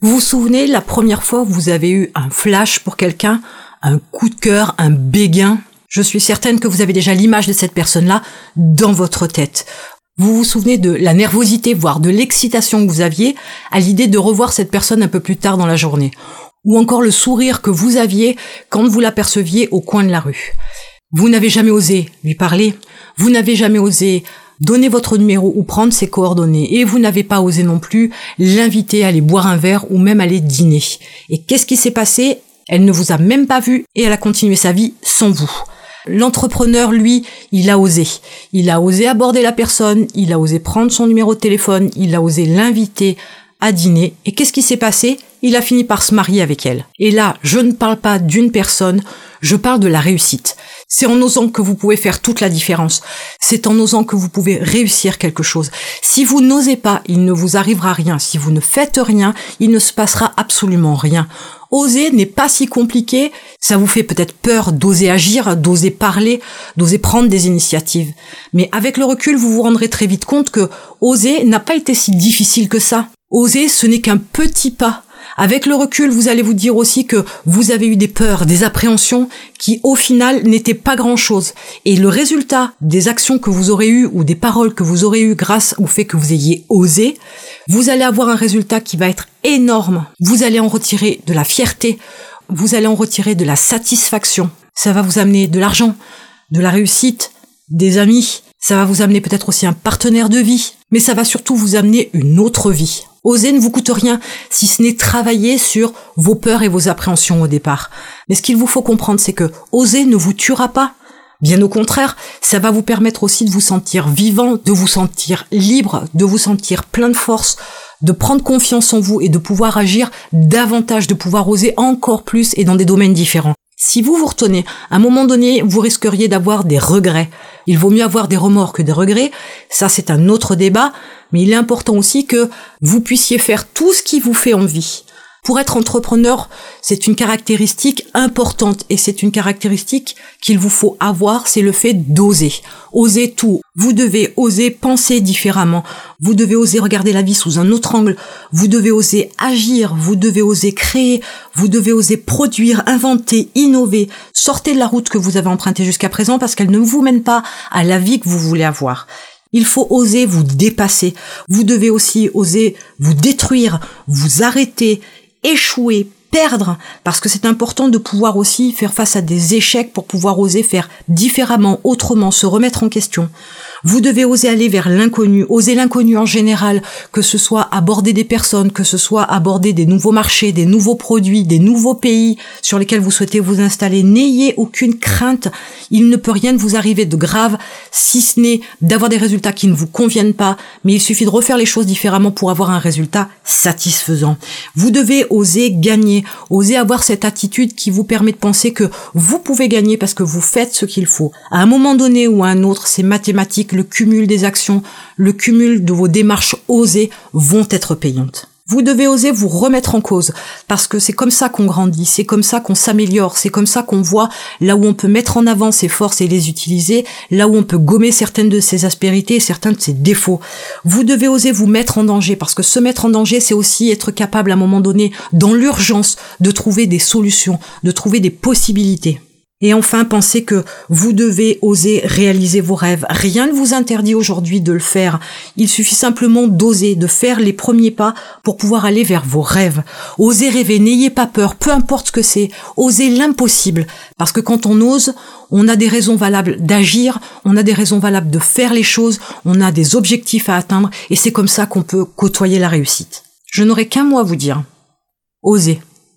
Vous vous souvenez la première fois où vous avez eu un flash pour quelqu'un, un coup de cœur, un béguin? Je suis certaine que vous avez déjà l'image de cette personne-là dans votre tête. Vous vous souvenez de la nervosité, voire de l'excitation que vous aviez à l'idée de revoir cette personne un peu plus tard dans la journée. Ou encore le sourire que vous aviez quand vous l'aperceviez au coin de la rue. Vous n'avez jamais osé lui parler, vous n'avez jamais osé donner votre numéro ou prendre ses coordonnées, et vous n'avez pas osé non plus l'inviter à aller boire un verre ou même aller dîner. Et qu'est-ce qui s'est passé? Elle ne vous a même pas vu et elle a continué sa vie sans vous. L'entrepreneur, lui, il a osé. Il a osé aborder la personne, il a osé prendre son numéro de téléphone, il a osé l'inviter à dîner. Et qu'est-ce qui s'est passé? Il a fini par se marier avec elle. Et là, je ne parle pas d'une personne, je parle de la réussite. C'est en osant que vous pouvez faire toute la différence. C'est en osant que vous pouvez réussir quelque chose. Si vous n'osez pas, il ne vous arrivera rien. Si vous ne faites rien, il ne se passera absolument rien. Oser n'est pas si compliqué, ça vous fait peut-être peur d'oser agir, d'oser parler, d'oser prendre des initiatives. Mais avec le recul, vous vous rendrez très vite compte que oser n'a pas été si difficile que ça. Oser, ce n'est qu'un petit pas. Avec le recul, vous allez vous dire aussi que vous avez eu des peurs, des appréhensions qui, au final, n'étaient pas grand-chose. Et le résultat des actions que vous aurez eues ou des paroles que vous aurez eues grâce au fait que vous ayez osé, vous allez avoir un résultat qui va être énorme. Vous allez en retirer de la fierté, vous allez en retirer de la satisfaction. Ça va vous amener de l'argent, de la réussite, des amis. Ça va vous amener peut-être aussi un partenaire de vie, mais ça va surtout vous amener une autre vie. Oser ne vous coûte rien, si ce n'est travailler sur vos peurs et vos appréhensions au départ. Mais ce qu'il vous faut comprendre, c'est que oser ne vous tuera pas. Bien au contraire, ça va vous permettre aussi de vous sentir vivant, de vous sentir libre, de vous sentir plein de force, de prendre confiance en vous et de pouvoir agir davantage, de pouvoir oser encore plus et dans des domaines différents. Si vous vous retenez, à un moment donné, vous risqueriez d'avoir des regrets. Il vaut mieux avoir des remords que des regrets. Ça, c'est un autre débat. Mais il est important aussi que vous puissiez faire tout ce qui vous fait envie. Pour être entrepreneur, c'est une caractéristique importante et c'est une caractéristique qu'il vous faut avoir, c'est le fait d'oser. Oser tout. Vous devez oser penser différemment. Vous devez oser regarder la vie sous un autre angle. Vous devez oser agir. Vous devez oser créer. Vous devez oser produire, inventer, innover. Sortez de la route que vous avez empruntée jusqu'à présent parce qu'elle ne vous mène pas à la vie que vous voulez avoir. Il faut oser vous dépasser. Vous devez aussi oser vous détruire, vous arrêter, échouer, perdre, parce que c'est important de pouvoir aussi faire face à des échecs pour pouvoir oser faire différemment, autrement, se remettre en question. Vous devez oser aller vers l'inconnu, oser l'inconnu en général, que ce soit aborder des personnes, que ce soit aborder des nouveaux marchés, des nouveaux produits, des nouveaux pays sur lesquels vous souhaitez vous installer. N'ayez aucune crainte, il ne peut rien vous arriver de grave, si ce n'est d'avoir des résultats qui ne vous conviennent pas, mais il suffit de refaire les choses différemment pour avoir un résultat satisfaisant. Vous devez oser gagner, oser avoir cette attitude qui vous permet de penser que vous pouvez gagner parce que vous faites ce qu'il faut. À un moment donné ou à un autre, c'est mathématique, le cumul des actions, le cumul de vos démarches osées vont être payantes. Vous devez oser vous remettre en cause, parce que c'est comme ça qu'on grandit, c'est comme ça qu'on s'améliore, c'est comme ça qu'on voit là où on peut mettre en avant ses forces et les utiliser, là où on peut gommer certaines de ses aspérités et certains de ses défauts. Vous devez oser vous mettre en danger, parce que se mettre en danger, c'est aussi être capable à un moment donné, dans l'urgence, de trouver des solutions, de trouver des possibilités. Et enfin, pensez que vous devez oser réaliser vos rêves. Rien ne vous interdit aujourd'hui de le faire. Il suffit simplement d'oser, de faire les premiers pas pour pouvoir aller vers vos rêves. Osez rêver, n'ayez pas peur, peu importe ce que c'est. Osez l'impossible. Parce que quand on ose, on a des raisons valables d'agir, on a des raisons valables de faire les choses, on a des objectifs à atteindre et c'est comme ça qu'on peut côtoyer la réussite. Je n'aurai qu'un mot à vous dire. Osez.